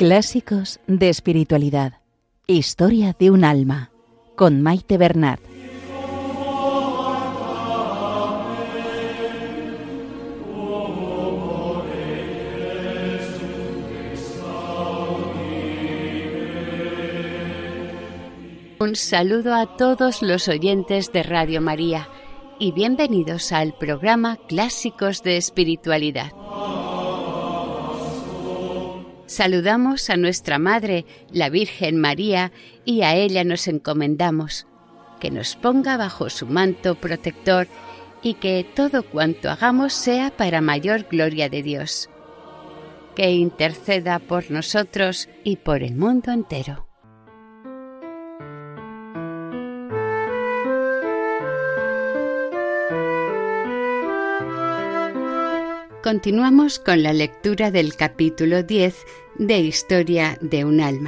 Clásicos de espiritualidad. Historia de un alma. Con Maite Bernat. Un saludo a todos los oyentes de Radio María y bienvenidos al programa Clásicos de Espiritualidad. Saludamos a nuestra Madre, la Virgen María, y a ella nos encomendamos, que nos ponga bajo su manto protector y que todo cuanto hagamos sea para mayor gloria de Dios. Que interceda por nosotros y por el mundo entero. Continuamos con la lectura del capítulo 10 de Historia de un alma.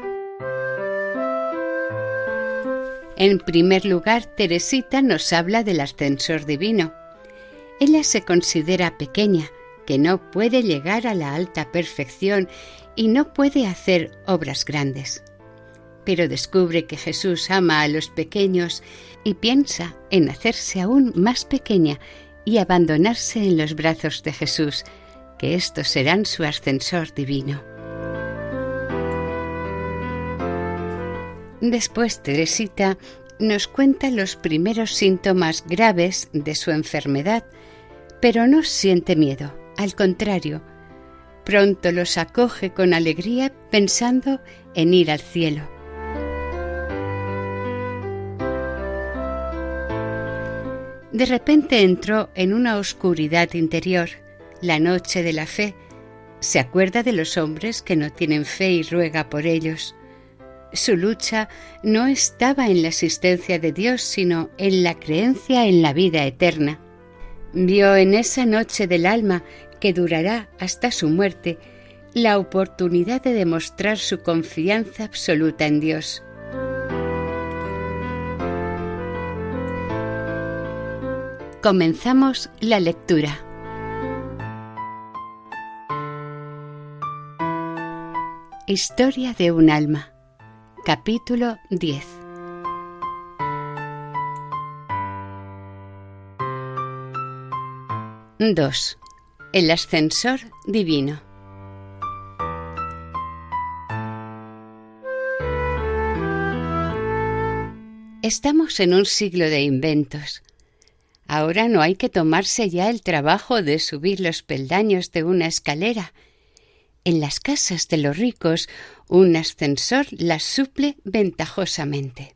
En primer lugar, Teresita nos habla del ascensor divino. Ella se considera pequeña, que no puede llegar a la alta perfección y no puede hacer obras grandes. Pero descubre que Jesús ama a los pequeños y piensa en hacerse aún más pequeña y abandonarse en los brazos de Jesús, que estos serán su ascensor divino. Después Teresita nos cuenta los primeros síntomas graves de su enfermedad, pero no siente miedo, al contrario, pronto los acoge con alegría pensando en ir al cielo. De repente entró en una oscuridad interior, la noche de la fe. Se acuerda de los hombres que no tienen fe y ruega por ellos. Su lucha no estaba en la existencia de Dios, sino en la creencia en la vida eterna. Vio en esa noche del alma, que durará hasta su muerte, la oportunidad de demostrar su confianza absoluta en Dios. Comenzamos la lectura. Historia de un alma. Capítulo 10. II. El ascensor divino. Estamos en un siglo de inventos. Ahora no hay que tomarse ya el trabajo de subir los peldaños de una escalera. En las casas de los ricos, un ascensor las suple ventajosamente.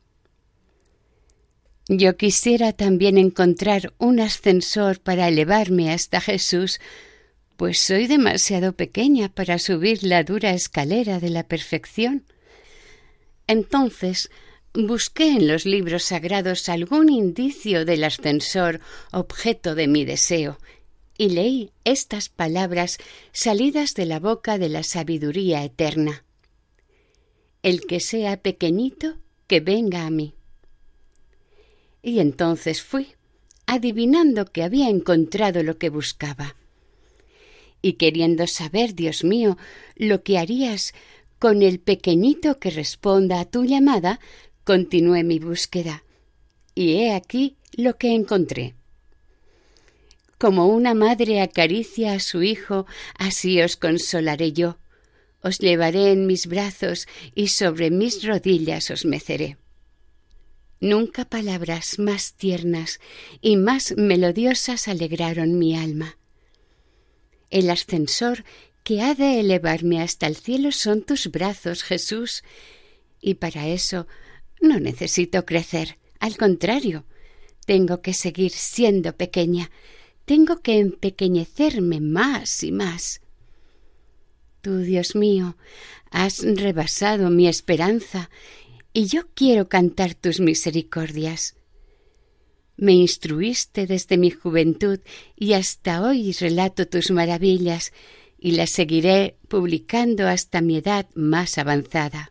Yo quisiera también encontrar un ascensor para elevarme hasta Jesús, pues soy demasiado pequeña para subir la dura escalera de la perfección. Entonces, busqué en los libros sagrados algún indicio del ascensor, objeto de mi deseo, y leí estas palabras salidas de la boca de la sabiduría eterna. El que sea pequeñito, que venga a mí. Y entonces fui, adivinando que había encontrado lo que buscaba. Y queriendo saber, Dios mío, lo que harías con el pequeñito que responda a tu llamada, continué mi búsqueda, y he aquí lo que encontré. Como una madre acaricia a su hijo, así os consolaré yo. Os llevaré en mis brazos y sobre mis rodillas os meceré. Nunca palabras más tiernas y más melodiosas alegraron mi alma. El ascensor que ha de elevarme hasta el cielo son tus brazos, Jesús, y para eso no necesito crecer, al contrario, tengo que seguir siendo pequeña, tengo que empequeñecerme más y más. Tú, Dios mío, has rebasado mi esperanza y yo quiero cantar tus misericordias. Me instruiste desde mi juventud y hasta hoy relato tus maravillas y las seguiré publicando hasta mi edad más avanzada.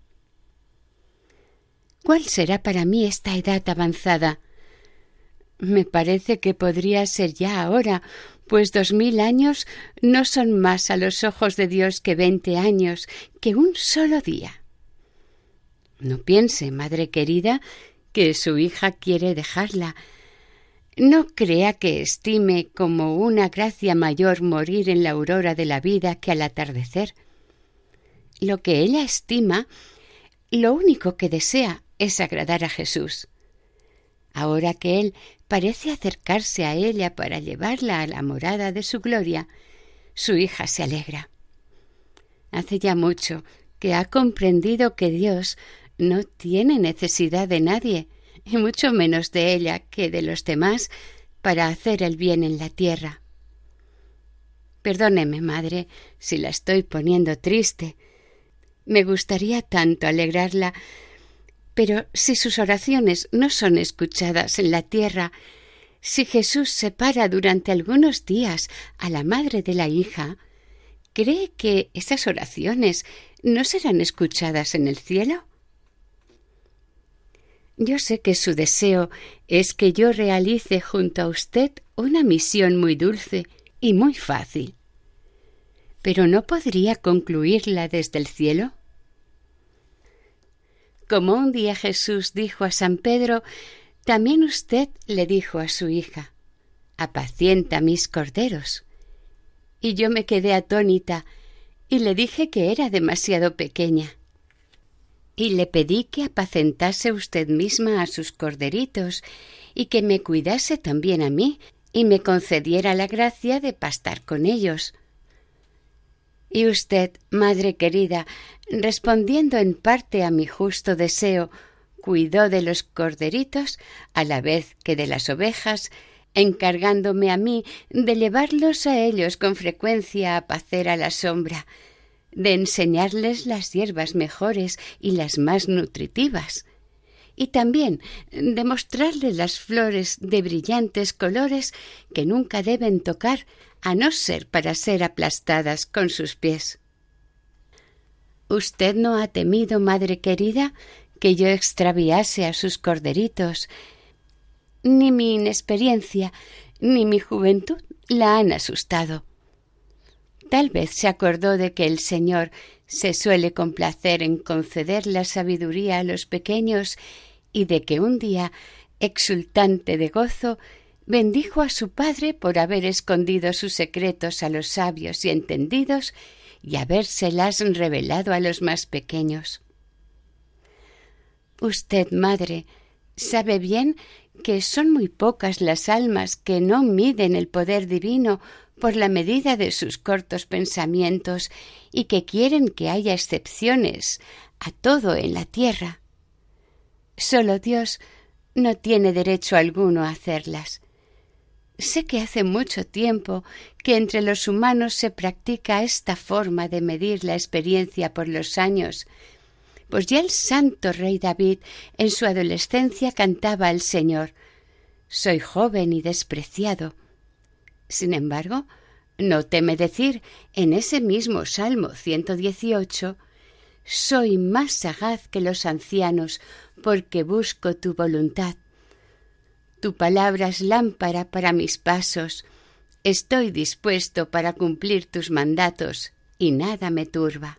¿Cuál será para mí esta edad avanzada? Me parece que podría ser ya ahora, pues 2000 años no son más a los ojos de Dios que 20 años, que un solo día. No piense, madre querida, que su hija quiere dejarla. No crea que estime como una gracia mayor morir en la aurora de la vida que al atardecer. Lo que ella estima, lo único que desea es agradar a Jesús. Ahora que Él parece acercarse a ella para llevarla a la morada de su gloria, su hija se alegra. Hace ya mucho que ha comprendido que Dios no tiene necesidad de nadie, y mucho menos de ella que de los demás, para hacer el bien en la tierra. Perdóneme, madre, si la estoy poniendo triste. Me gustaría tanto alegrarla, pero si sus oraciones no son escuchadas en la tierra, si Jesús separa durante algunos días a la madre de la hija, ¿cree que esas oraciones no serán escuchadas en el cielo? Yo sé que su deseo es que yo realice junto a usted una misión muy dulce y muy fácil. ¿Pero no podría concluirla desde el cielo? Como un día Jesús dijo a San Pedro, también usted le dijo a su hija: «Apacienta mis corderos». Y yo me quedé atónita y le dije que era demasiado pequeña. Y le pedí que apacentase usted misma a sus corderitos y que me cuidase también a mí y me concediera la gracia de pastar con ellos. Y usted, madre querida, respondiendo en parte a mi justo deseo, cuidó de los corderitos a la vez que de las ovejas, encargándome a mí de llevarlos a ellos con frecuencia a pacer a la sombra, de enseñarles las hierbas mejores y las más nutritivas, y también de mostrarles las flores de brillantes colores que nunca deben tocar a no ser para ser aplastadas con sus pies. ¿Usted no ha temido, madre querida, que yo extraviase a sus corderitos? Ni mi inexperiencia ni mi juventud la han asustado. Tal vez se acordó de que el Señor se suele complacer en conceder la sabiduría a los pequeños y de que un día, exultante de gozo, bendijo a su Padre por haber escondido sus secretos a los sabios y entendidos y habérselas revelado a los más pequeños. Usted, madre, sabe bien que son muy pocas las almas que no miden el poder divino por la medida de sus cortos pensamientos y que quieren que haya excepciones a todo en la tierra. Solo Dios no tiene derecho alguno a hacerlas. Sé que hace mucho tiempo que entre los humanos se practica esta forma de medir la experiencia por los años, pues ya el santo rey David en su adolescencia cantaba al Señor: «Soy joven y despreciado». Sin embargo, no teme decir en ese mismo Salmo 118: «Soy más sagaz que los ancianos, porque busco tu voluntad. Tu palabra es lámpara para mis pasos. Estoy dispuesto para cumplir tus mandatos, y nada me turba».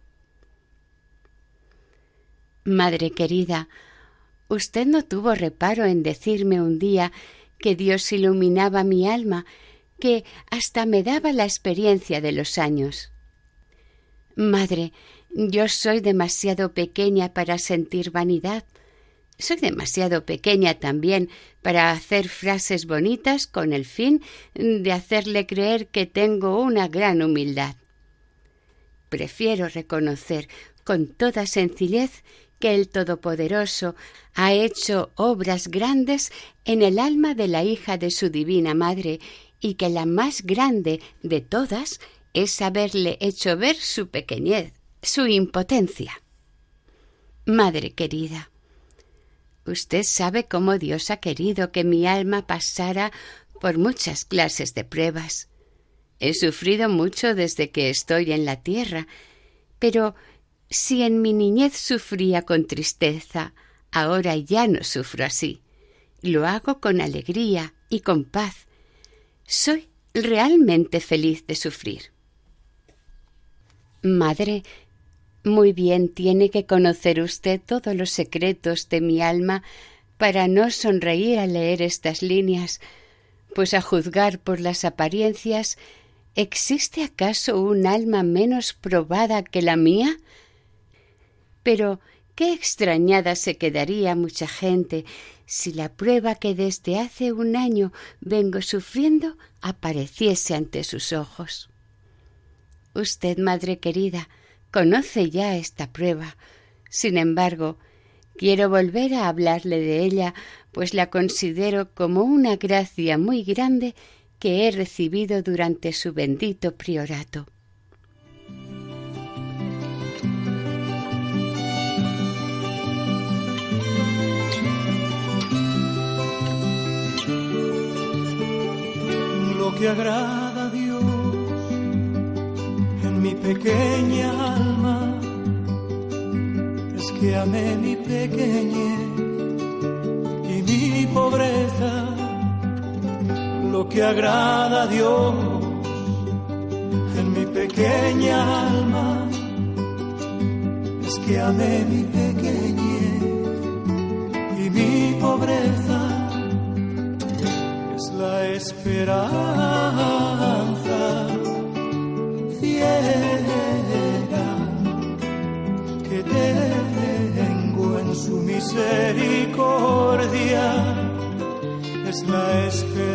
Madre querida, usted no tuvo reparo en decirme un día que Dios iluminaba mi alma, que hasta me daba la experiencia de los años. Madre, yo soy demasiado pequeña para sentir vanidad. Soy demasiado pequeña también para hacer frases bonitas con el fin de hacerle creer que tengo una gran humildad. Prefiero reconocer con toda sencillez que el Todopoderoso ha hecho obras grandes en el alma de la hija de su divina Madre y que la más grande de todas es haberle hecho ver su pequeñez, su impotencia. Madre querida, usted sabe cómo Dios ha querido que mi alma pasara por muchas clases de pruebas. He sufrido mucho desde que estoy en la tierra, pero si en mi niñez sufría con tristeza, ahora ya no sufro así. Lo hago con alegría y con paz. Soy realmente feliz de sufrir. Madre, muy bien tiene que conocer usted todos los secretos de mi alma para no sonreír al leer estas líneas, pues a juzgar por las apariencias, ¿existe acaso un alma menos probada que la mía? Pero qué extrañada se quedaría mucha gente si la prueba que desde hace un año vengo sufriendo apareciese ante sus ojos. Usted, madre querida, conoce ya esta prueba. Sin embargo, quiero volver a hablarle de ella, pues la considero como una gracia muy grande que he recibido durante su bendito priorato. Lo que agrada a Dios en mi pequeña alma es que amé mi pequeñez y mi pobreza. Lo que agrada a Dios en mi pequeña alma es que amé mi pequeñez y mi pobreza. Es la esperanza ciega que tengo en su misericordia. Es la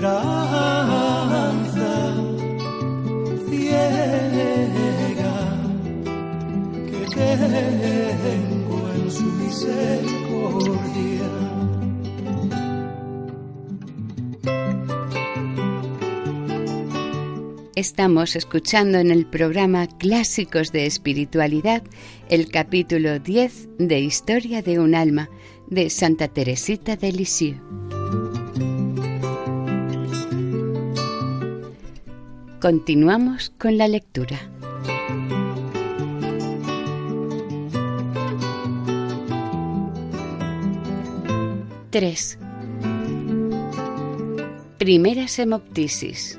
esperanza ciega que tengo en su misericordia. Estamos escuchando en el programa Clásicos de Espiritualidad el capítulo 10 de Historia de un alma de Santa Teresita de Lisieux. Continuamos con la lectura. Tres. Primera hemoptisis.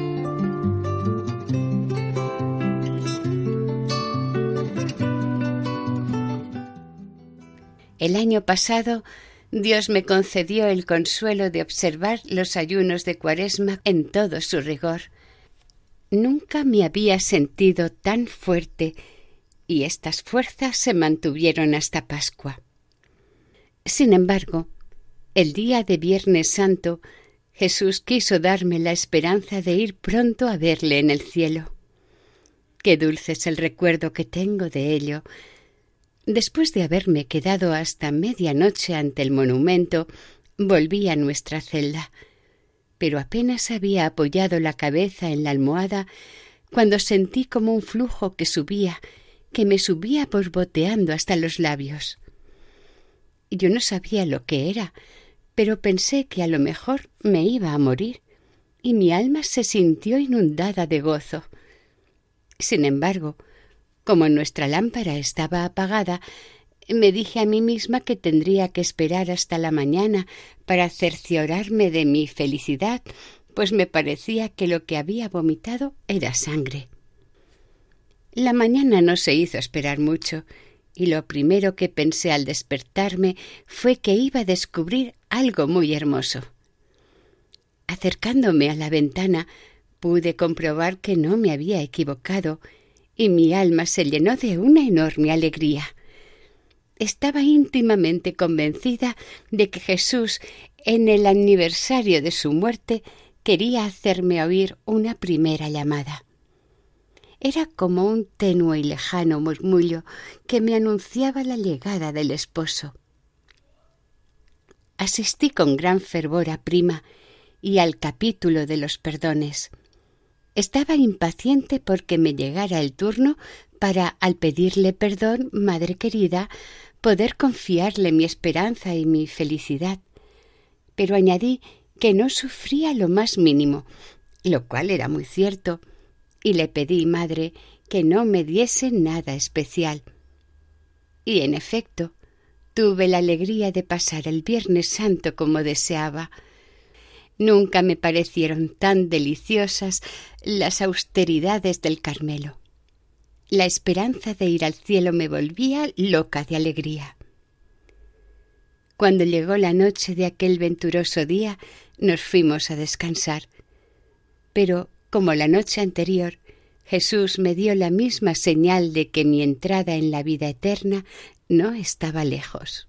El año pasado, Dios me concedió el consuelo de observar los ayunos de Cuaresma en todo su rigor. Nunca me había sentido tan fuerte y estas fuerzas se mantuvieron hasta Pascua. Sin embargo, el día de Viernes Santo, Jesús quiso darme la esperanza de ir pronto a verle en el cielo. Qué dulce es el recuerdo que tengo de ello. Después de haberme quedado hasta medianoche ante el monumento, volví a nuestra celda, pero apenas había apoyado la cabeza en la almohada cuando sentí como un flujo que me subía borboteando hasta los labios. Yo no sabía lo que era, pero pensé que a lo mejor me iba a morir, y mi alma se sintió inundada de gozo. Sin embargo, como nuestra lámpara estaba apagada, me dije a mí misma que tendría que esperar hasta la mañana para cerciorarme de mi felicidad, pues me parecía que lo que había vomitado era sangre. La mañana no se hizo esperar mucho, y lo primero que pensé al despertarme fue que iba a descubrir algo muy hermoso. Acercándome a la ventana, pude comprobar que no me había equivocado, y mi alma se llenó de una enorme alegría. Estaba íntimamente convencida de que Jesús, en el aniversario de su muerte, quería hacerme oír una primera llamada. Era como un tenue y lejano murmullo que me anunciaba la llegada del esposo. Asistí con gran fervor a Prima y al capítulo de los perdones. Estaba impaciente porque me llegara el turno para, al pedirle perdón, madre querida, poder confiarle mi esperanza y mi felicidad. Pero añadí que no sufría lo más mínimo, lo cual era muy cierto, y le pedí, madre, que no me diese nada especial. Y en efecto, tuve la alegría de pasar el Viernes Santo como deseaba. Nunca me parecieron tan deliciosas las austeridades del Carmelo. La esperanza de ir al cielo me volvía loca de alegría. Cuando llegó la noche de aquel venturoso día, nos fuimos a descansar. Pero, como la noche anterior, Jesús me dio la misma señal de que mi entrada en la vida eterna no estaba lejos.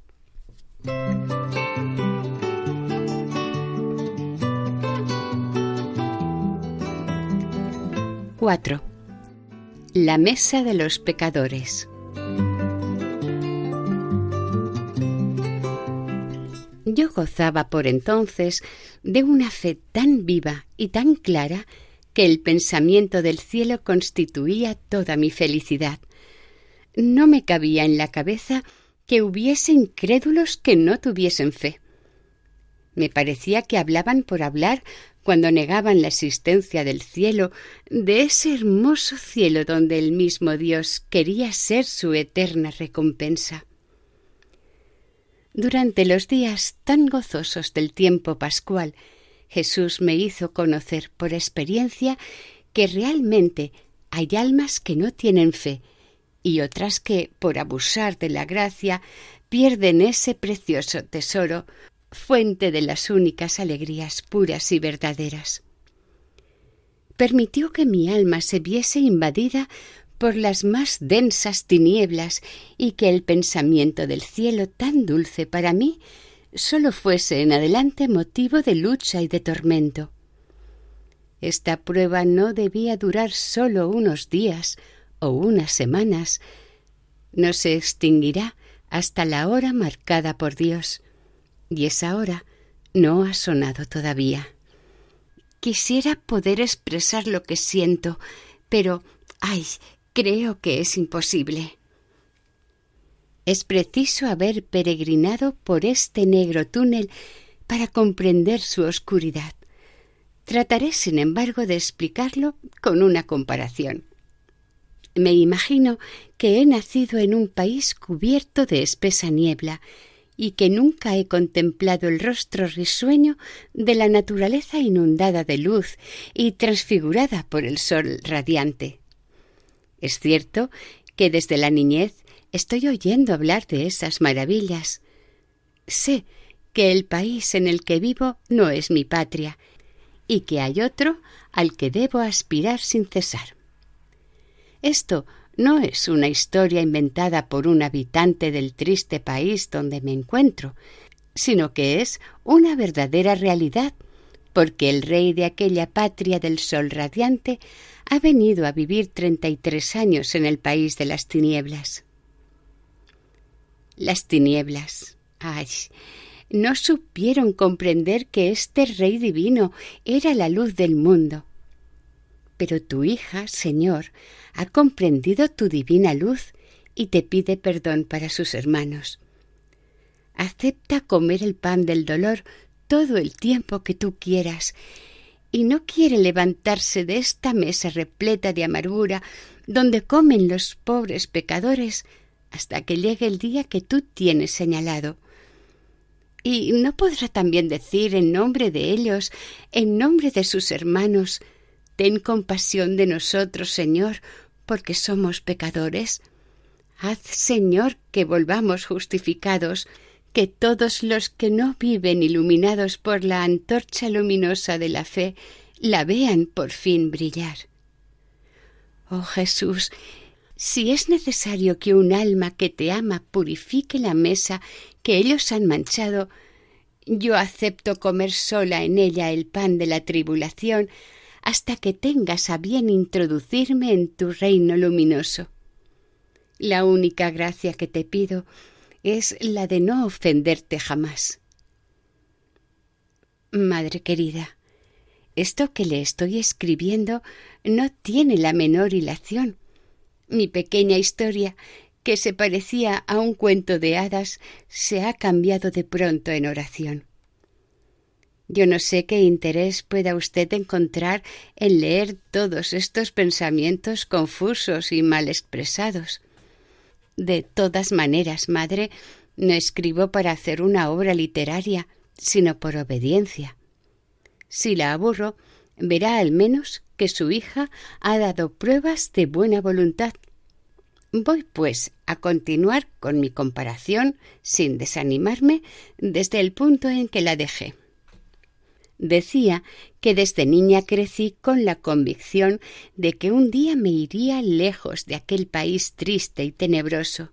4. La mesa de los pecadores. Yo gozaba por entonces de una fe tan viva y tan clara que el pensamiento del cielo constituía toda mi felicidad. No me cabía en la cabeza que hubiese incrédulos que no tuviesen fe. Me parecía que hablaban por hablar cuando negaban la existencia del cielo, de ese hermoso cielo donde el mismo Dios quería ser su eterna recompensa. Durante los días tan gozosos del tiempo pascual, Jesús me hizo conocer por experiencia que realmente hay almas que no tienen fe y otras que, por abusar de la gracia, pierden ese precioso tesoro, fuente de las únicas alegrías puras y verdaderas. Permitió que mi alma se viese invadida por las más densas tinieblas y que el pensamiento del cielo tan dulce para mí sólo fuese en adelante motivo de lucha y de tormento. Esta prueba no debía durar sólo unos días o unas semanas. No se extinguirá hasta la hora marcada por Dios, y esa hora no ha sonado todavía. Quisiera poder expresar lo que siento, pero, creo que es imposible. Es preciso haber peregrinado por este negro túnel para comprender su oscuridad. Trataré, sin embargo, de explicarlo con una comparación. Me imagino que he nacido en un país cubierto de espesa niebla y que nunca he contemplado el rostro risueño de la naturaleza inundada de luz y transfigurada por el sol radiante. Es cierto que desde la niñez estoy oyendo hablar de esas maravillas. Sé que el país en el que vivo no es mi patria y que hay otro al que debo aspirar sin cesar. Esto no es una historia inventada por un habitante del triste país donde me encuentro, sino que es una verdadera realidad, porque el rey de aquella patria del sol radiante ha venido a vivir 33 años en el país de las tinieblas. Las tinieblas. No supieron comprender que este Rey divino era la luz del mundo. Pero tu hija, Señor, ha comprendido tu divina luz y te pide perdón para sus hermanos. Acepta comer el pan del dolor todo el tiempo que tú quieras y no quiere levantarse de esta mesa repleta de amargura donde comen los pobres pecadores hasta que llegue el día que tú tienes señalado. Y no podrá también decir en nombre de ellos, en nombre de sus hermanos: ten compasión de nosotros, Señor, porque somos pecadores. Haz, Señor, que volvamos justificados, que todos los que no viven iluminados por la antorcha luminosa de la fe la vean por fin brillar. Oh Jesús, si es necesario que un alma que te ama purifique la mesa que ellos han manchado, yo acepto comer sola en ella el pan de la tribulación hasta que tengas a bien introducirme en tu reino luminoso. La única gracia que te pido es la de no ofenderte jamás. Madre querida, esto que le estoy escribiendo no tiene la menor hilación. Mi pequeña historia, que se parecía a un cuento de hadas, se ha cambiado de pronto en oración. Yo no sé qué interés pueda usted encontrar en leer todos estos pensamientos confusos y mal expresados. De todas maneras, madre, no escribo para hacer una obra literaria, sino por obediencia. Si la aburro, verá al menos que su hija ha dado pruebas de buena voluntad. Voy, pues, a continuar con mi comparación sin desanimarme desde el punto en que la dejé. Decía que desde niña crecí con la convicción de que un día me iría lejos de aquel país triste y tenebroso.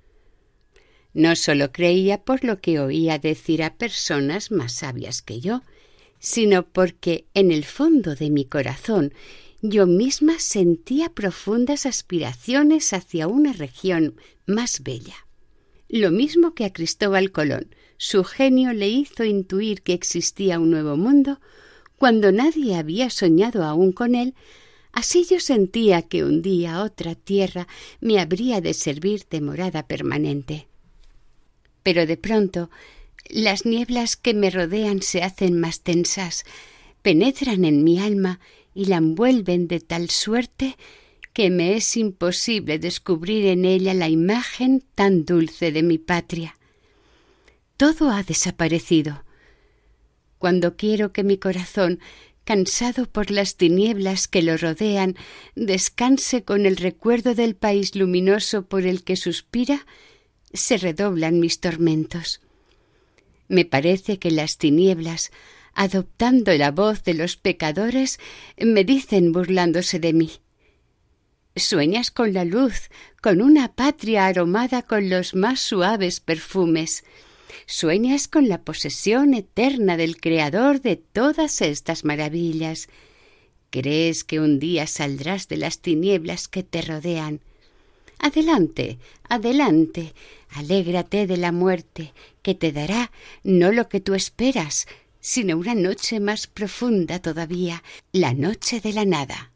No solo creía por lo que oía decir a personas más sabias que yo, sino porque en el fondo de mi corazón yo misma sentía profundas aspiraciones hacia una región más bella. Lo mismo que a Cristóbal Colón, su genio le hizo intuir que existía un nuevo mundo cuando nadie había soñado aún con él. Así yo sentía que un día otra tierra me habría de servir de morada permanente. Pero de pronto las nieblas que me rodean se hacen más tensas, penetran en mi alma y la envuelven de tal suerte que me es imposible descubrir en ella la imagen tan dulce de mi patria. Todo ha desaparecido. Cuando quiero que mi corazón, cansado por las tinieblas que lo rodean, descanse con el recuerdo del país luminoso por el que suspira, se redoblan mis tormentos. Me parece que las tinieblas, adoptando la voz de los pecadores, me dicen burlándose de mí: «Sueñas con la luz, con una patria aromada con los más suaves perfumes. Sueñas con la posesión eterna del Creador de todas estas maravillas. Crees que un día saldrás de las tinieblas que te rodean. Adelante, adelante, alégrate de la muerte, que te dará no lo que tú esperas, sino una noche más profunda todavía, la noche de la nada».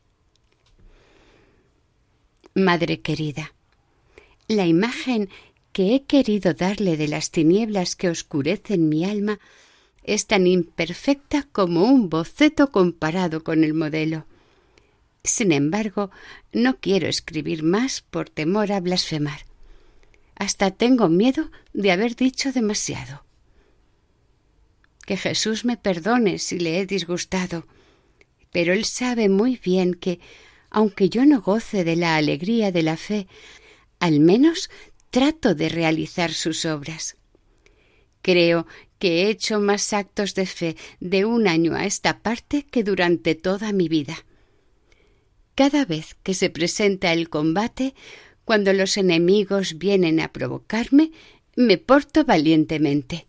Madre querida, la imagen que he querido darle de las tinieblas que oscurecen mi alma es tan imperfecta como un boceto comparado con el modelo. Sin embargo, no quiero escribir más por temor a blasfemar. Hasta tengo miedo de haber dicho demasiado. Que Jesús me perdone si le he disgustado, pero Él sabe muy bien que, aunque yo no goce de la alegría de la fe, al menos trato de realizar sus obras. Creo que he hecho más actos de fe de un año a esta parte que durante toda mi vida. Cada vez que se presenta el combate, cuando los enemigos vienen a provocarme, me porto valientemente.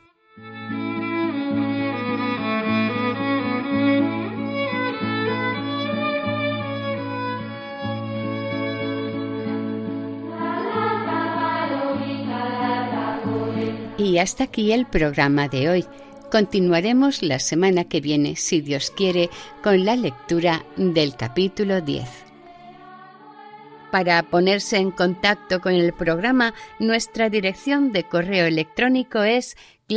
Y hasta aquí el programa de hoy. Continuaremos la semana que viene, si Dios quiere, con la lectura del capítulo 10. Para ponerse en contacto con el programa, nuestra dirección de correo electrónico es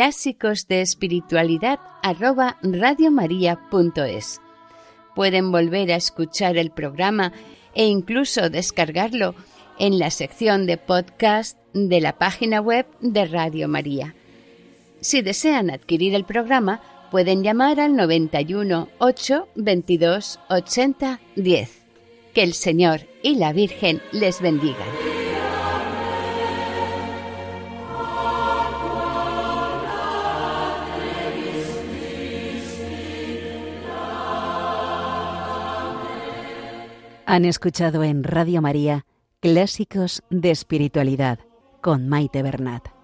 clásicosdeespiritualidad@radiomaria.es. Pueden volver a escuchar el programa e incluso descargarlo en la sección de podcast de la página web de Radio María. Si desean adquirir el programa, pueden llamar al 91 8 22 80 10. Que el Señor y la Virgen les bendigan. Han escuchado en Radio María Clásicos de Espiritualidad con Maite Bernat.